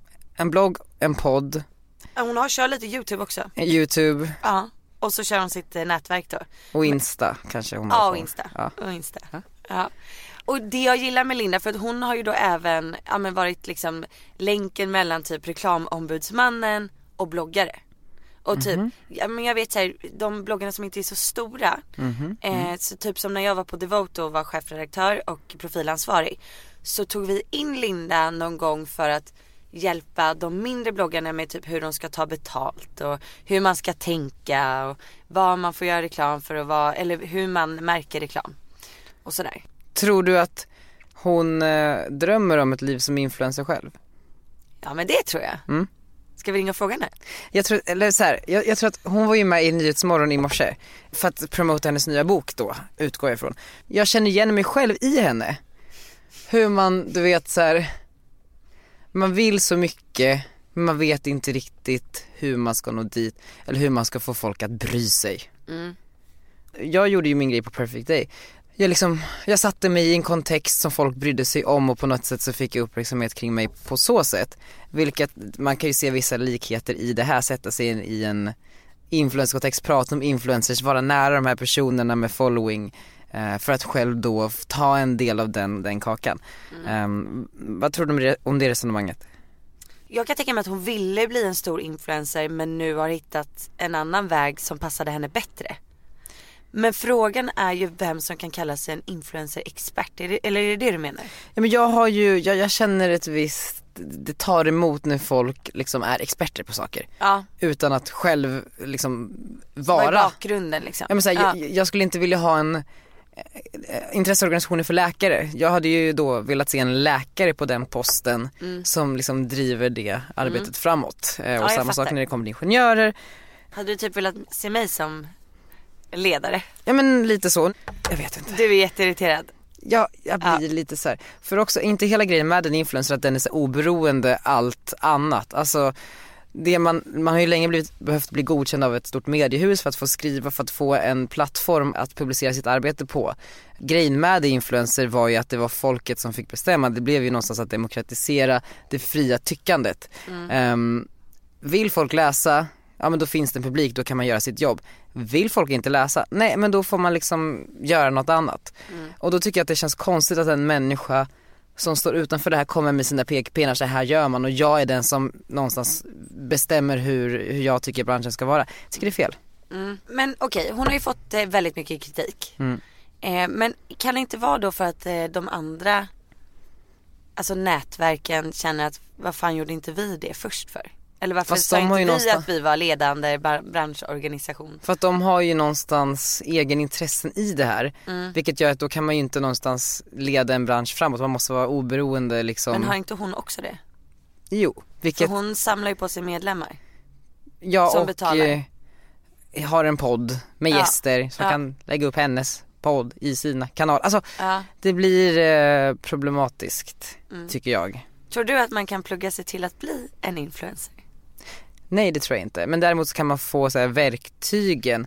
En blogg, en podd. Hon har kör lite YouTube också. YouTube. Ja, och så kör hon sitt eh, nätverk då. Och Insta Men, kanske hon har. Ja, och och Insta. Ja. Och Insta. Ja. Ja. Och det jag gillar med Linda, för att hon har ju då även ja, men varit liksom länken mellan typ reklamombudsmannen och bloggare. Och typ, mm-hmm. ja, men jag vet så här, de bloggarna som inte är så stora. Mm-hmm. Eh, så typ som när jag var på Devoto och var chefredaktör och profilansvarig. Så tog vi in Linda någon gång för att hjälpa de mindre bloggarna med typ hur de ska ta betalt och hur man ska tänka och vad man får göra reklam för och vad, eller hur man märker reklam och sådär. Tror du att hon eh, drömmer om ett liv som influencer själv? Ja, men det tror jag. Mm. Ska vi ringa och fråga henne? Jag tror, eller så här, jag, jag tror att hon var ju med i Nyhetsmorgon i morse för att promota hennes nya bok då, utgår jag ifrån. Jag känner igen mig själv i henne. Hur man, du vet så här, man vill så mycket men man vet inte riktigt hur man ska nå dit eller hur man ska få folk att bry sig. Mm. Jag gjorde ju min grej på Perfect Day. Jag, liksom, jag satte mig i en kontext som folk brydde sig om och på något sätt så fick jag uppmärksamhet kring mig på så sätt. Vilket man kan ju se vissa likheter i det här, sätta sig in i en influencerkontext, prata om influencers, vara nära de här personerna med following eh, för att själv då ta en del av den, den kakan. Mm. Um, vad tror du om det, om det resonemanget? Jag kan tänka mig att hon ville bli en stor influencer men nu har hittat en annan väg som passade henne bättre. Men frågan är ju vem som kan kalla sig en influencer-expert. Är det, eller är det det du menar? Ja, men jag har ju, jag, jag känner ett visst, det tar emot när folk liksom är experter på saker. Ja. Utan att själv liksom vara. Vad är bakgrunden liksom? Ja, men så här, ja. jag, jag skulle inte vilja ha en intresseorganisationer för läkare. Jag hade ju då velat se en läkare på den posten mm. som liksom driver det arbetet mm. framåt. Och ja, samma sak när det kommer till ingenjörer. Hade du typ velat se mig som ledare? Ja, men lite så. Jag vet inte. Du är jätteirriterad. Ja, jag blir ja. lite så här. För också, inte hela grejen med en influencer att den är så oberoende allt annat. Alltså, det man, man har ju länge blivit, behövt bli godkänd av ett stort mediehus för att få skriva, för att få en plattform att publicera sitt arbete på. Grejen med influencer var ju att det var folket som fick bestämma. Det blev ju någonstans att demokratisera det fria tyckandet. Mm. Um, vill folk läsa, ja men då finns det en publik, då kan man göra sitt jobb. Vill folk inte läsa? Nej, men då får man liksom göra något annat. Mm. Och då tycker jag att det känns konstigt att en människa som står utanför det här kommer med sina pekpinnar, så här gör man, och jag är den som någonstans bestämmer hur, hur jag tycker branschen ska vara. Jag tycker det är fel. Mm. Men okej, okay, hon har ju fått eh, väldigt mycket kritik. Mm. Eh, men kan det inte vara då för att eh, de andra, alltså nätverken, känner att vad fan gjorde inte vi det först för? Eller varför sa inte vi någonstans att vi var ledande branschorganisation? För att de har ju någonstans egen intressen i det här. Mm. Vilket gör att då kan man ju inte någonstans leda en bransch framåt. Man måste vara oberoende liksom. Men har inte hon också det? Jo. Vilket... För hon samlar ju på sig medlemmar. Ja, som och betalar. Eh, har en podd med ja. gäster som ja. kan lägga upp hennes podd i sina kanaler. Alltså ja. det blir eh, problematiskt mm. tycker jag. Tror du att man kan plugga sig till att bli en influencer? Nej, det tror jag inte. Men däremot så kan man få så här verktygen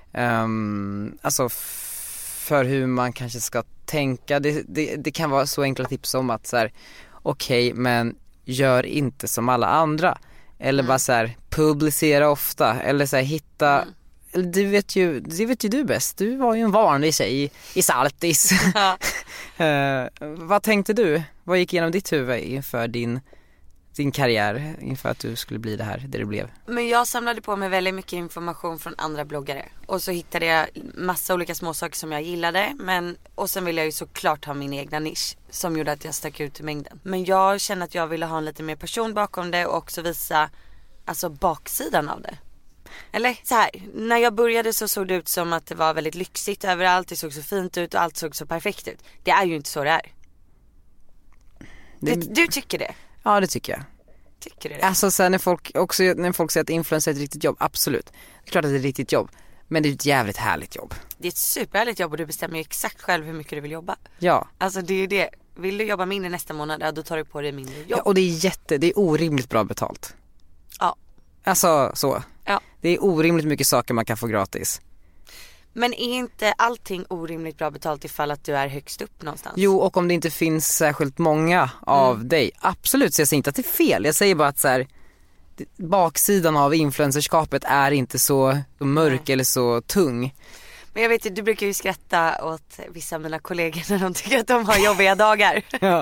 um, alltså f- för hur man kanske ska tänka. Det, det, det kan vara så enkla tips som att så här, okej, okay, men gör inte som alla andra. Eller mm. bara så här, publicera ofta. Eller så här, hitta du vet ju, det vet ju du bäst. Du var ju en vanlig tjej i, i Saltis. Ja. uh, vad tänkte du? Vad gick igenom ditt huvud inför din, din karriär? Inför att du skulle bli det här, det du blev? Men jag samlade på mig väldigt mycket information från andra bloggare. Och så hittade jag massa olika småsaker som jag gillade. Men, och sen ville jag ju såklart ha min egna nisch som gjorde att jag stack ut i mängden. Men jag kände att jag ville ha en lite mer person bakom det och också visa alltså baksidan av det. Eller så här, när jag började så såg det ut som att det var väldigt lyxigt överallt. Det såg så fint ut och allt såg så perfekt ut. Det är ju inte så det är. Det... Du, du tycker det? Ja, det tycker jag. Tycker du det? Alltså så här, när folk också när folk säger att influencer är ett riktigt jobb, absolut. Det är klart att det är ett riktigt jobb, men det är ett jävligt härligt jobb. Det är ett superhärligt jobb och du bestämmer ju exakt själv hur mycket du vill jobba. Ja. Alltså det är ju det. Vill du jobba mindre nästa månad, ja, då tar du på dig mindre jobb. Ja, och det är jätte, det är orimligt bra betalt. Ja. Alltså så. Ja. Det är orimligt mycket saker man kan få gratis. Men är inte allting orimligt bra betalt ifall att du är högst upp någonstans? Jo, och om det inte finns särskilt många av mm. dig. Absolut, så jag säger inte att det är fel. Jag säger bara att så här, baksidan av influencerskapet är inte så mörk Nej. eller så tung. Men jag vet ju, du brukar ju skratta åt vissa av mina kollegor när de tycker att de har jobbiga dagar. Ja.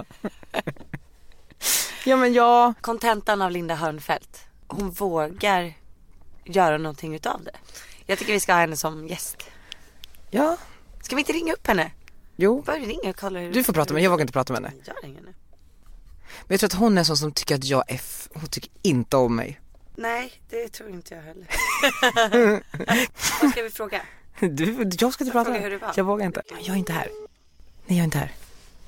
Ja, men jag... Kontentan av Linda Hörnfeldt. Hon vågar göra någonting utav det. Jag tycker vi ska ha henne som gäst. Ja. Ska vi inte ringa upp henne? Jo. Bara ringa och kolla hur... Du får prata med, jag vågar inte prata med henne. Jag ringer henne. Men jag tror att hon är sån som tycker att jag är f... Hon tycker inte om mig. Nej, det tror inte jag heller. Vad ska vi fråga? Du, jag ska inte prata. Fråga hur det var. Jag vågar inte. Jag är inte här. Nej, jag är inte här.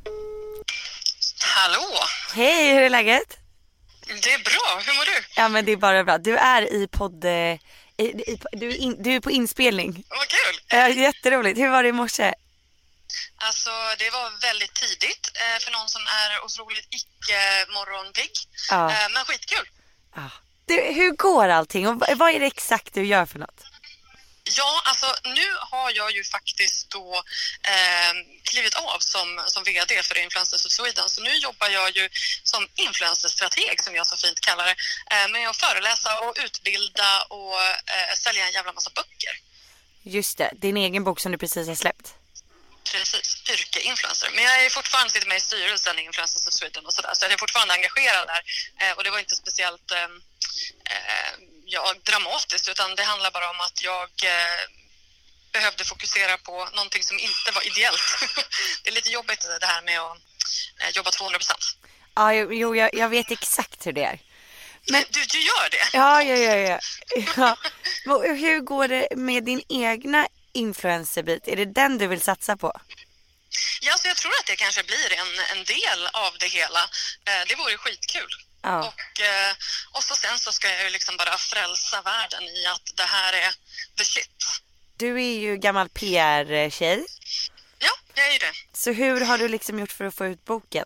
Hallå? Hej, hur är läget? Det är bra, hur mår du? Ja, men det är bara bra. Du är i podd... I, i, du, är in, du är på inspelning. Vad kul. Ja, jätteroligt. Hur var det i morse? Alltså, det var väldigt tidigt eh, för någon som är otroligt icke-morgonpigg. Ja. Eh, men skitkul. Ja. Du, hur går allting? Och vad är det exakt du gör för något? Ja, alltså nu har jag ju faktiskt då eh, klivit av som, som vd för Influencers of Sweden. Så nu jobbar jag ju som influencerstrateg, som jag så fint kallar det, eh, med att föreläsa och utbilda och eh, sälja en jävla massa böcker. Just det, din egen bok som du precis har släppt. Precis, yrkeinfluencer. Men jag är fortfarande sitter med i styrelsen i Influencers of Sweden och sådär. Så jag är fortfarande engagerad där. Eh, och det var inte speciellt... Eh, eh, Ja, dramatiskt, utan det handlar bara om att jag eh, behövde fokusera på någonting som inte var ideellt. Det är lite jobbigt det här med att eh, jobba tvåhundra procent. Ja, jo, jag, jag vet exakt hur det är. Men du, du gör det? Ja, ja, ja, ja. ja. Men hur går det med din egna influencerbit? Är det den du vill satsa på? Ja, så jag tror att det kanske blir en, en del av det hela. Eh, det vore skitkul. Ja. Och, eh, och så sen så ska jag ju liksom bara frälsa världen i att det här är the shit. Du är ju gammal P R-tjej. Ja, jag är ju det. Så hur har du liksom gjort för att få ut boken?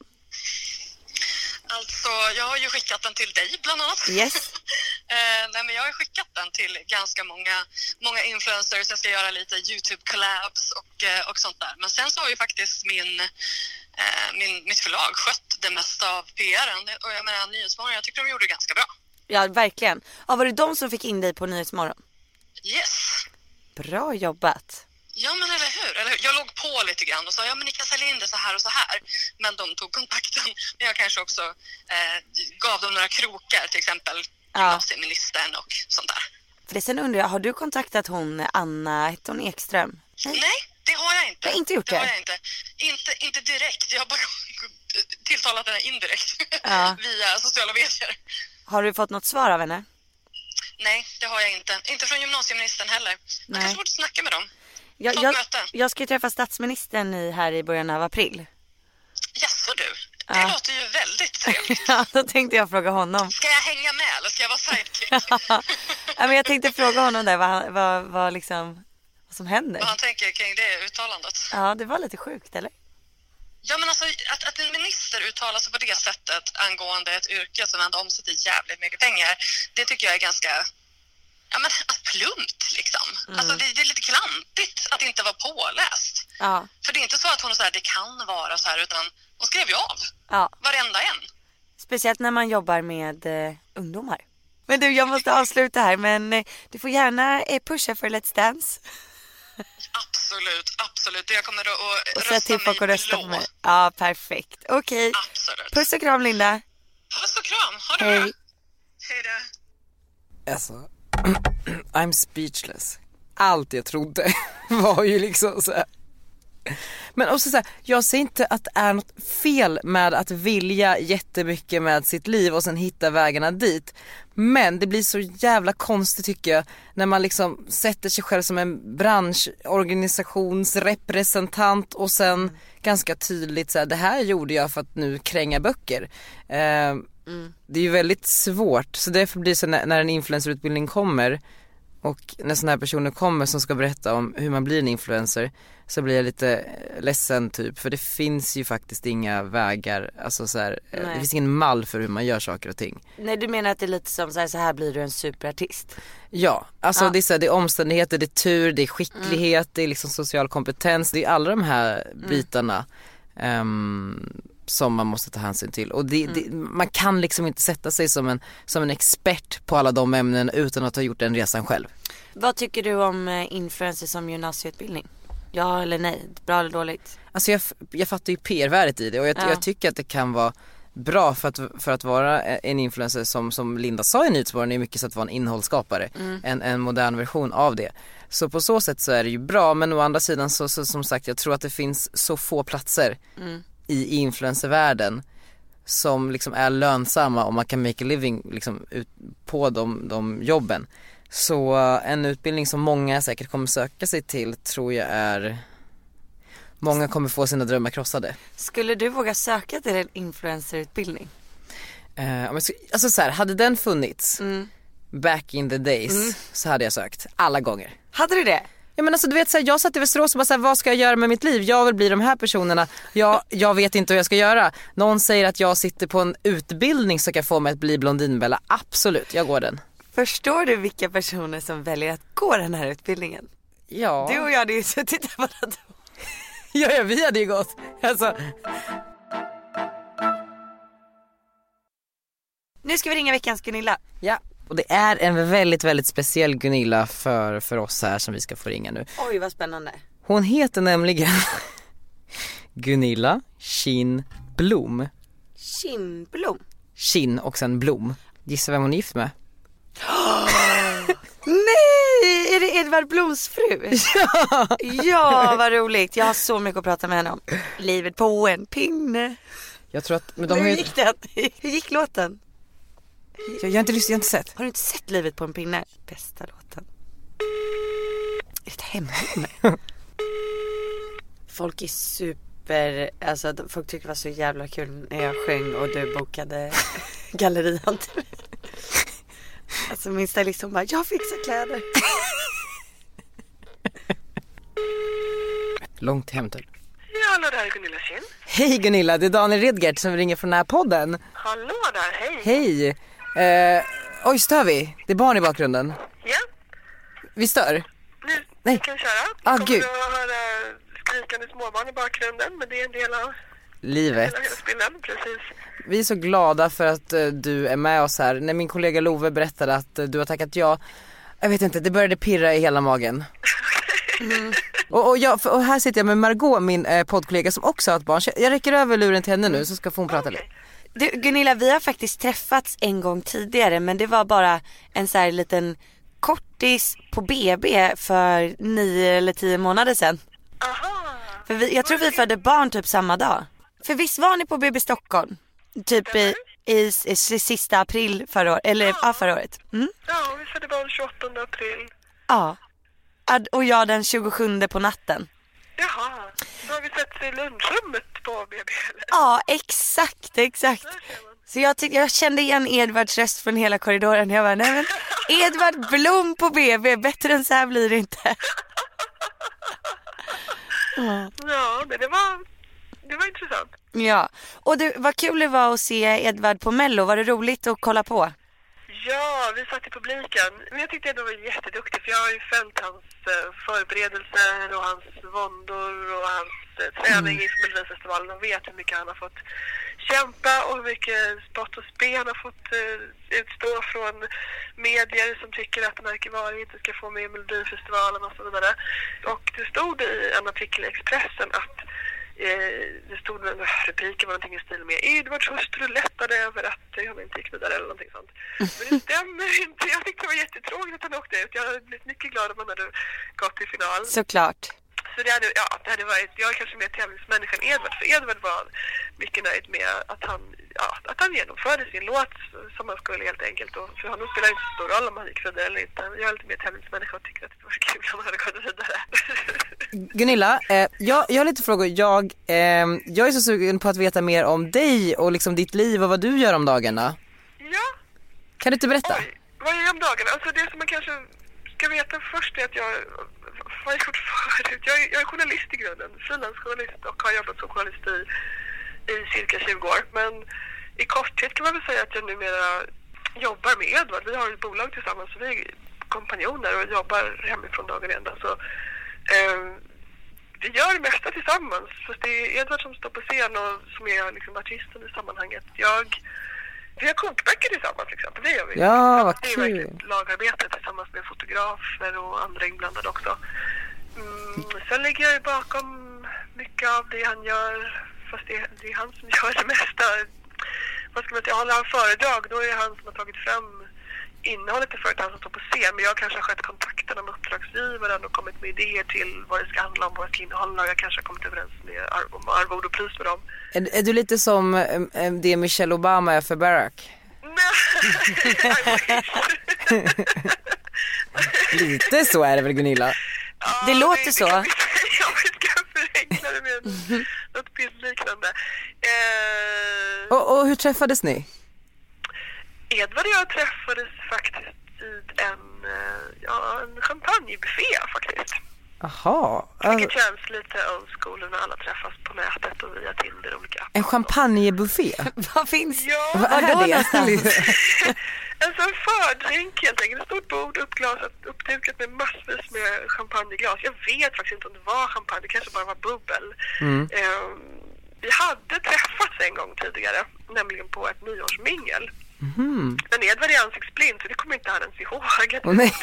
Alltså, jag har ju skickat den till dig bland annat. Yes. eh, nej, men jag har skickat den till ganska många, många influencers. Jag ska göra lite YouTube-collabs och, eh, och sånt där. Men sen så har ju faktiskt min... Eh, min, mitt förlag skött det mesta av P R:en. Och jag menar, Nyhetsmorgon, jag tycker de gjorde det ganska bra. Ja, verkligen. Ja, var det de som fick in dig på Nyhetsmorgon? Yes. Bra jobbat. Ja, men eller hur? eller hur? Jag låg på lite grann och sa, ja men ni kan sälja in det så här och så här. Men de tog kontakten. Men jag kanske också eh, gav dem några krokar, till exempel ja. gymnasieministern och sånt där. För det sen undrar jag, har du kontaktat hon, Anna, hette hon Ekström? Nej. Nej. Det har jag inte. Jag har inte gjort det. Det har jag inte. Inte, inte direkt. Jag har bara tilltalat henne indirekt. Ja. Via sociala medier. Har du fått något svar av henne? Nej, det har jag inte. Inte från gymnasieministern heller. Man kanske borde snacka med dem. Jag, jag, jag ska ju träffa statsministern i, här i början av april. Jaså du. Det ja. låter ju väldigt trevligt. Ja, då tänkte jag fråga honom. Ska jag hänga med eller ska jag vara sidekick? Ja, men jag tänkte fråga honom där vad, vad, vad liksom... som händer. Vad han tänker kring det uttalandet. Ja, det var lite sjukt, eller? Ja, men alltså att, att en minister uttalar sig på det sättet angående ett yrke som ändå omsätter jävligt mycket pengar, det tycker jag är ganska ja, men, plumpt liksom. Mm. Alltså det, det är lite klantigt att inte vara påläst. Ja. För det är inte så att hon är så här, det kan vara så här, utan hon skrev ju av. Ja. Varenda en. Speciellt när man jobbar med eh, ungdomar. Men du, jag måste avsluta här, men eh, du får gärna eh, pusha för Let's Dance. Absolut, absolut. Jag kommer då att och rösta till folk mig och rösta blå. på mig. Ja, perfekt. Okej. Okay. Absolut. Puss och kram, Linda. Puss och kram. Ha det Hej. bra. Hej då. Alltså, I'm speechless. Allt jag trodde var ju liksom så här. Men också så här, jag ser inte att det är något fel med att vilja jättemycket med sitt liv och sen hitta vägarna dit. Men det blir så jävla konstigt tycker jag när man liksom sätter sig själv som en branschorganisationsrepresentant och sen mm. ganska tydligt så här, det här gjorde jag för att nu kränga böcker. Eh, mm. Det är ju väldigt svårt, så därför blir det så när, när en influencerutbildning kommer och när sådana här personer kommer som ska berätta om hur man blir en influencer, så blir jag lite ledsen typ, för det finns ju faktiskt inga vägar, alltså så här, det finns ingen mall för hur man gör saker och ting. Nej, du menar att det är lite som så här, så här blir du en superartist? Ja, alltså ja. Det, är så här, det är omständigheter, det är tur, det är skicklighet, mm. det är liksom social kompetens, det är alla de här bitarna mm. um, som man måste ta hänsyn till. Och det, mm. det, man kan liksom inte sätta sig som en, som en expert på alla de ämnen utan att ha gjort den resan själv. Vad tycker du om influencer som gymnasieutbildning? Ja eller nej? Bra eller dåligt? Alltså jag, jag fattar ju P R-värdet i det och jag, ja. jag tycker att det kan vara bra för att, för att vara en influencer som, som Linda sa i Nyhetsmorgon är mycket så att vara en innehållsskapare. Mm. En, en modern version av det. Så på så sätt så är det ju bra, men å andra sidan så, så som sagt, jag tror att det finns så få platser mm. i influencervärlden som liksom är lönsamma och man kan make a living liksom ut på de, de jobben. Så en utbildning som många säkert kommer söka sig till tror jag är... Många kommer få sina drömmar krossade. Skulle du våga söka till en influencerutbildning? Uh, alltså så här, hade den funnits mm. back in the days mm. så hade jag sökt alla gånger. Hade du det? Ja, men alltså, du vet, så här, jag satt i Västerås och bara så här, vad ska jag göra med mitt liv? Jag vill bli de här personerna. Jag, jag vet inte vad jag ska göra. Någon säger att jag sitter på en utbildning så kan jag få mig att bli Blondinbella. Absolut, jag går den. Förstår du vilka personer som väljer att gå den här utbildningen? Ja. Du och jag hade ju suttit där bara då. Ja, ja, vi hade ju gått. Alltså. Nu ska vi ringa veckans Gunilla. Ja, och det är en väldigt, väldigt speciell Gunilla för, för oss här som vi ska få ringa nu. Oj, vad spännande. Hon heter nämligen Gunilla Kindblom. Kindblom? Kind och sen Blom. Gissa vem hon är gift med? Nej, är det Edvard Bloms fru? Ja. Ja, vad roligt. Jag har så mycket att prata med henne om. Livet på en pinne. Jag tror att men de Hur har gick det? Hur gick låten? Jag, jag har inte lyssnat, jag har inte sett. Har du inte sett Livet på en pinne? Bästa låten. Är det hemma? Folk är super, alltså folk tyckte det var så jävla kul när jag sjöng och du bokade gallerian. Alltså min stylist hon bara, jag fixar kläder. Långt hem till. Ja, hallå, det här är Gunilla Kind. Hej Gunilla, det är Daniel Redgert som ringer från den här podden. Hallå där, hej. Hej. Eh, oj, stör vi? Det är barn i bakgrunden. Ja. Vi stör? Nu, Nej. Vi kan köra. Ah, kommer gud. du att höra skrikande småbarn i bakgrunden, men det är en del av livet. Hela, hela spillen, precis. Vi är så glada för att uh, du är med oss här. När min kollega Love berättade att uh, du har tackat ja, jag vet inte, det började pirra i hela magen. Mm. och, och, jag, och här sitter jag med Margot, min uh, poddkollega som också har ett barn. Jag räcker över luren till henne nu så ska hon prata okay. lite. Du, Gunilla, vi har faktiskt träffats en gång tidigare, men det var bara en så här liten kortis på B B för nio eller tio månader sedan. Aha. För vi, jag tror vi födde barn typ samma dag. För visst var ni på B B Stockholm? Typ i, i, i, i sista april förra året, eller ja. Ja, förra året. Mm? Ja, vi födde barn tjugoåttonde april. Ja. Och jag den tjugosjunde på natten. Jaha, då har vi sett i lunchrummet på B B. Eller? Ja, exakt, exakt. Så jag, tyck, jag kände igen Edvards röst från hela korridoren. Jag bara, nej men Edvard Blom på B B, bättre än så här blir det inte. Ja, ja men det var, det var intressant. Ja, och det var kul det var att se Edvard på Mello. Var det roligt att kolla på? Ja, vi satt i publiken. Men jag tyckte att de var jätteduktig, för jag har ju följt hans förberedelser och hans våndor och hans träning mm. i Melodifestivalen och vet hur mycket han har fått kämpa och hur mycket spott och spen har fått uh, utstå från medier som tycker att en arkivarie inte ska få med i Melodifestivalen och så vidare. Och det stod i en artikel i Expressen att uh, det stod en rubriken var någonting i stil med Edvards hustru lättade över att han inte gick vidare eller någonting sånt. Men det stämmer inte. Jag tyckte det var jättetråkigt att han åkte ut. Jag hade blivit mycket glad om han hade gått till final. Såklart. Så det hade, ja, det hade varit, jag är kanske mer tävlingsmänniskan Edvard, för Edvard var mycket nöjd med att han, ja, att han genomförde sin låt som han skulle helt enkelt. Och för honom spelar det inte så stor roll om han gick vidare eller inte. Jag är lite mer tävlingsmänniska och tycker att det var kul om han hade gått vidare. Gunilla, eh, jag, jag har lite frågor. Jag, eh, jag är så sugen på att veta mer om dig och liksom ditt liv och vad du gör om dagarna. Ja. Kan du inte berätta? Oj, vad jag gör om dagarna? Alltså det som man kanske ska veta först är att jag... Vad jag gjort förut? Jag är, jag är journalist i grunden, frilansjournalist och har jobbat som journalist i, i cirka tjugo år. Men i korthet kan man väl säga att jag numera jobbar med Edvard. Vi har ett bolag tillsammans så vi är kompanjoner och jobbar hemifrån dagen ända. Så eh, vi gör det mesta tillsammans. Fast det är Edvard som står på scen och som är liksom artisten i sammanhanget. Jag... Vi har kokböcker tillsammans till exempel, det gör vi. Ja, vad det är kul. verkligen lagarbete tillsammans med fotografer och andra inblandade också. Mm, sen ligger jag ju bakom mycket av det han gör, fast det, det är han som gör det mesta. Vad ska man säga, håller han föredrag, då är det han som har tagit fram innehållet i företaget som står på scen. Men jag kanske har skött kontakterna med uppdragsgivaren och kommit med idéer till vad det ska handla om, vad det ska innehålla. Och jag kanske har kommit överens med arv- om arvod och pris med dem. Är, är du lite som äh, det Michelle Obama är för Barack? Lite så är det väl, Gunilla? Ja, det låter det, så. Jag ska förenkla det med något bildliknande. Eh... Och, och hur träffades ni? Edvard och jag träffades faktiskt vid en, ja, en champagnebuffé faktiskt. Jaha. Vilket känns lite old school när alla träffas på nätet och via Tinder och olika appar. En champagnebuffé? Vad finns? Ja. Vad är det? Alltså en fördrink helt enkelt. Ett stort bord uppglasat, uppdukat med massvis med champagneglas. Jag vet faktiskt inte om det var champagne, det kanske bara var bubbel. Mm. Um, vi hade träffats en gång tidigare, nämligen på ett nyårsmingel. Mm. Men Edvard är ansiktsblind så det kommer inte han ens ihåg. Oh, nej.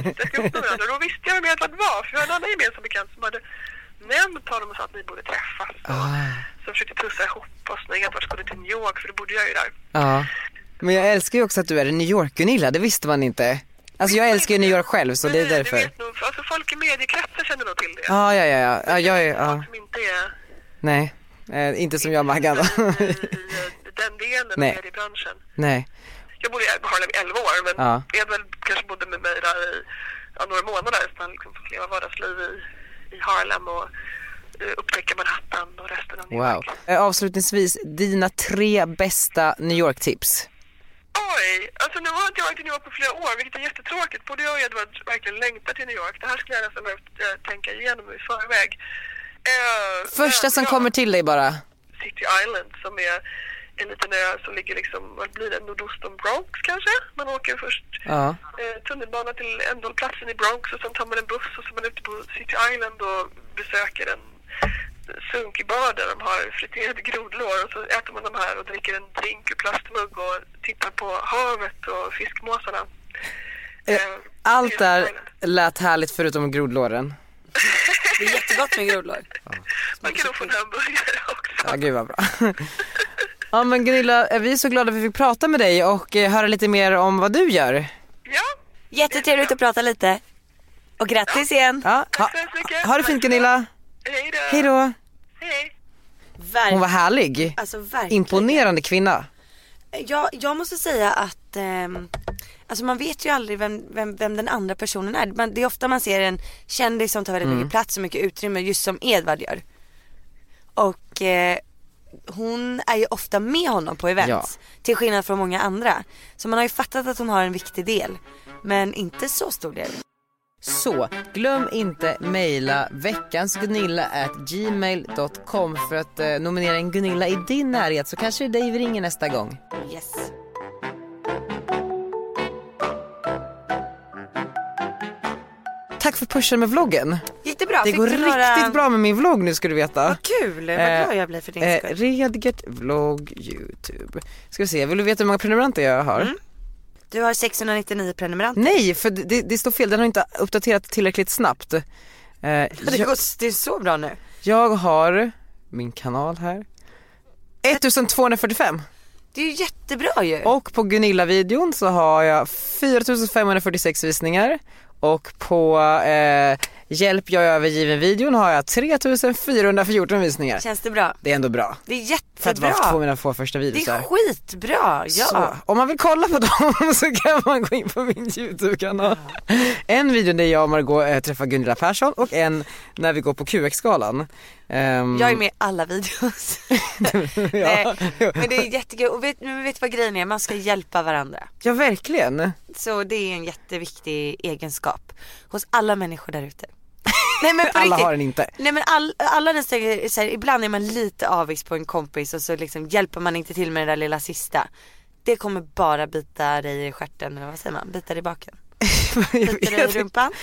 Och då visste jag vem Edvard var, för jag hade en annan gemensam bekant som hade nämnt honom och sa att ni borde träffas. Ah. Så jag försökte pussa ihop oss när Edvard skulle till New York, för det borde jag ju där. Ja, men jag älskar ju också att du är i New York, Gunilla, det visste man inte. Alltså jag älskar ju New York själv, så det är därför. Det vet nog, alltså folk i mediekretsen känner nog till det. Ah, ja, ja, ja. ja, jag är, ja. Folk som inte är... Nej, eh, inte som jag, Maggan. I, i, i den delen av mediebranschen. Nej. Jag bodde i Harlem i elva år, men ja. Edvard kanske bodde med mig där i ja, några månader så han liksom fick leva vardagsliv i, i Harlem och uh, upptäcka Manhattan och resten av New York. Wow. Eh, avslutningsvis, dina tre bästa New York-tips. Oj, alltså nu har inte jag varit i New York på flera år, vilket är jättetråkigt. Både jag och Edvard verkligen längtar till New York. Det här skulle jag nästan behövt uh, tänka igenom i förväg. Uh, Första uh, som ja, kommer till dig bara? City Island, som är en liten ö som ligger liksom, vad blir det, nordost om Bronx kanske? Man åker först ja. eh, tunnelbana till ändhållplatsen i Bronx och sen tar man en buss och så är man ute på City Island och besöker en sunkig bar där de har friterade grodlår och så äter man de här och dricker en drink ur plastmugg och tittar på havet och fiskmåsarna. Eh, Allt där lät härligt förutom grodlåren. Det är jättegott med grodlår. Ja. Man kan nog få en hamburgare också. Ja, gud vad bra. Ja, men Gunilla, vi är så glada att vi fick prata med dig och höra lite mer om vad du gör. Ja. Jättetrevligt att prata lite. Och grattis ja. igen. Ja. Ha, ha det fint, Gunilla. Hej då. Hej då. Hej. Verkligen. Hon var härlig. Alltså, verkligen. Imponerande kvinna. Jag, jag måste säga att eh, alltså man vet ju aldrig vem, vem, vem den andra personen är. Man, det är ofta man ser en kändis som tar väldigt mm. mycket plats och mycket utrymme, just som Edvard gör. Och eh, hon är ju ofta med honom på events, ja. Till skillnad från många andra. Så man har ju fattat att hon har en viktig del, men inte så stor del. Så glöm inte mejla veckansgunilla at gmail dot com för att eh, nominera en Gunilla i din närhet, så kanske det är dig vi ringer nästa gång. Yes. Tack för pushen med vloggen. Gick jättebra. Det Fick går du riktigt några... bra med min vlogg nu, ska du veta. Vad kul, vad glad jag blir för din skull. eh, Redgert vlogg YouTube. Ska vi se, vill du veta hur många prenumeranter jag har? Mm. Du har sexhundranittionio prenumeranter. Nej, för det, det står fel, den har inte uppdaterat tillräckligt snabbt. eh, det, jag, går, det är så bra nu. Jag har min kanal här ettusentvåhundrafyrtiofem. Det är ju jättebra ju. Och på Gunilla-videon så har jag fyratusenfemhundrafyrtiosex visningar. Och på eh, Hjälp jag är övergiven videon har jag tretusenfyrahundrafjorton visningar. Känns det bra? Det är ändå bra. Det är jättebra. För att vara två av mina få första videos. Det är skitbra, ja. Så, om man vill kolla på dem så kan man gå in på min YouTube-kanal. Ja. En video där jag och Margot äh, träffar Gunilla Persson och en när vi går på Q X-skalan. Um... Jag är med i alla videos. ja. Nej, men det är jättekul. Och vet, men vet vad grejen är? Man ska hjälpa varandra. Ja, verkligen. Så det är en jätteviktig egenskap hos alla människor där ute. Nej, men på alla riktigt. har den inte. Nej, men all, alla nästan så här, ibland är man lite avis på en kompis och så liksom hjälper man inte till med det där lilla sista. Det kommer bara bita dig i stjärten, eller vad säger man? Bita dig i baken. Bita dig i rumpan.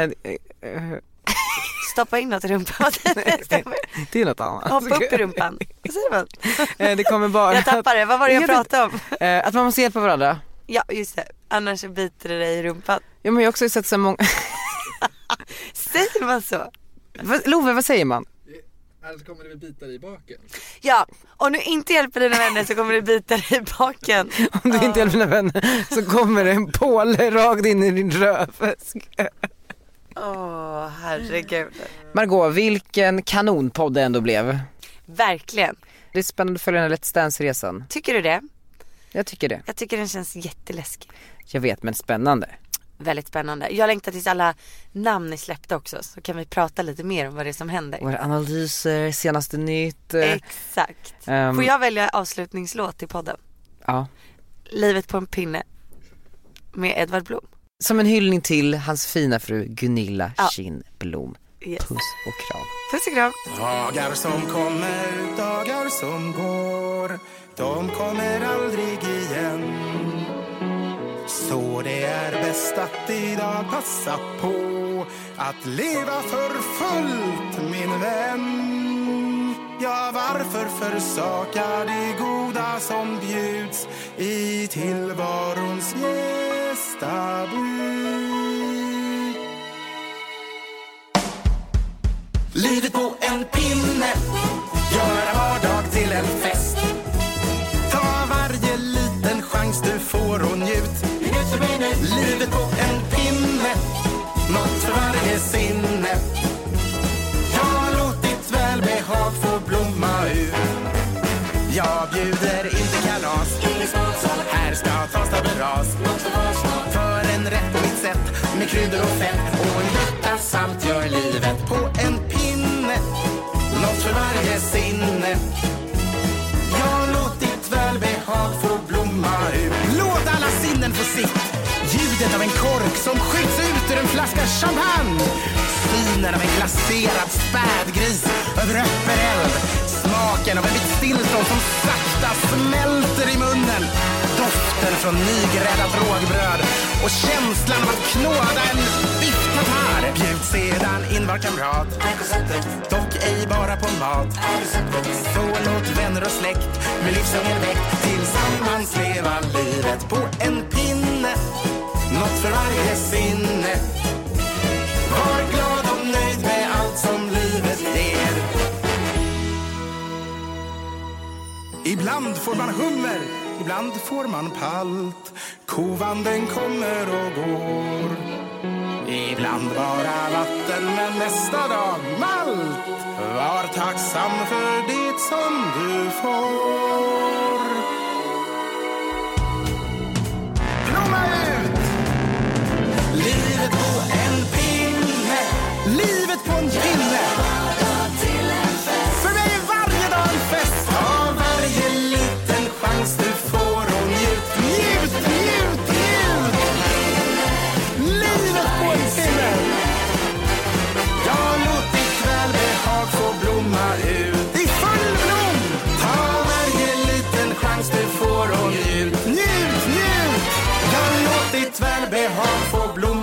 Stoppa in något i rumpan. Det är något annat. Hoppa upp i rumpan. Vad säger man? Det kommer bara... Jag tappar det. Vad var det jag pratade om? Att man måste hjälpa varandra. Ja, just det. Annars så biter det dig i rumpan. Ja, men jag har också sett så många... Säger man så? Love, vad säger man? Annars kommer det väl bita dig i baken. Ja, om du inte hjälper dina vänner så kommer det bita dig i baken. Om du inte hjälper dina vänner så kommer det en påle rakt in i din rövfisk. Åh, oh, herregud. Margot, vilken kanonpodd det ändå blev. Verkligen. Det är spännande att följa den här Let's Dance-resan. Tycker du det? Jag tycker det. Jag tycker den känns jätteläskig. Jag vet, men spännande. Väldigt spännande. Jag längtar tills alla namn är släppta också. Så kan vi prata lite mer om vad det är som händer. Våra analyser, senaste nytt. Exakt. Um, Får jag välja avslutningslåt till podden? Ja. Livet på en pinne. Med Edvard Blom. Som en hyllning till hans fina fru Gunilla ja. Kindblom. Yes. Puss och kram. Puss och kram. Dagar som kommer, dagar som går, de kommer aldrig igen. Så det är bäst att idag passa på att leva för fullt, min vän. Ja, varför försaka det goda som bjuds i tillvarons gästabud? Livet på en pinne, göra vardag till en fest. Ta varje liten chans du får och njut. Livet på en pinne, något för varje sinne. Jag låt ditt välbehag få blomma ut. Jag bjuder inte kalas, här ska tas taberas. För en rätt på mitt sätt, med kryddor och fett och en hjärta samt gör livet på en pinne, något för varje sinne. Jag låt ditt välbehag få blomma ut. Låt alla sinnen få sitt. Ljudet av en kork som skjuts ut ur en flaska champagne. Synen av en glaserad spädgris över öppen eld. Smaken av en bit Stilton som sakta smälter i munnen. Doften från nygräddat rågbröd och känslan av att knåda en bifftartar. Bjud sedan in var kamrat, dock ej bara på mat. Så låt vänner och släkt med livsånger väckt tillsammans leva livet på en pinne, något för varje sinne. Var glad och nöjd med allt som livet ger. Ibland får man hummer, ibland får man palt. Kovanden kommer och går. Ibland bara vatten, men nästa dag malt. Var tacksam för det som du får. Blomma ut! Livet på en pinne. Livet på en pinne. För mig är varje dag en fest. Av varje liten chans du får och njut. Njut, njut, njut. Livet på en pinne. Jag låt ditt välbehag få blomma ut. I full blom. Ta varje liten chans du får och njut. Njut, njut. Jag låt ditt välbehag få blomma.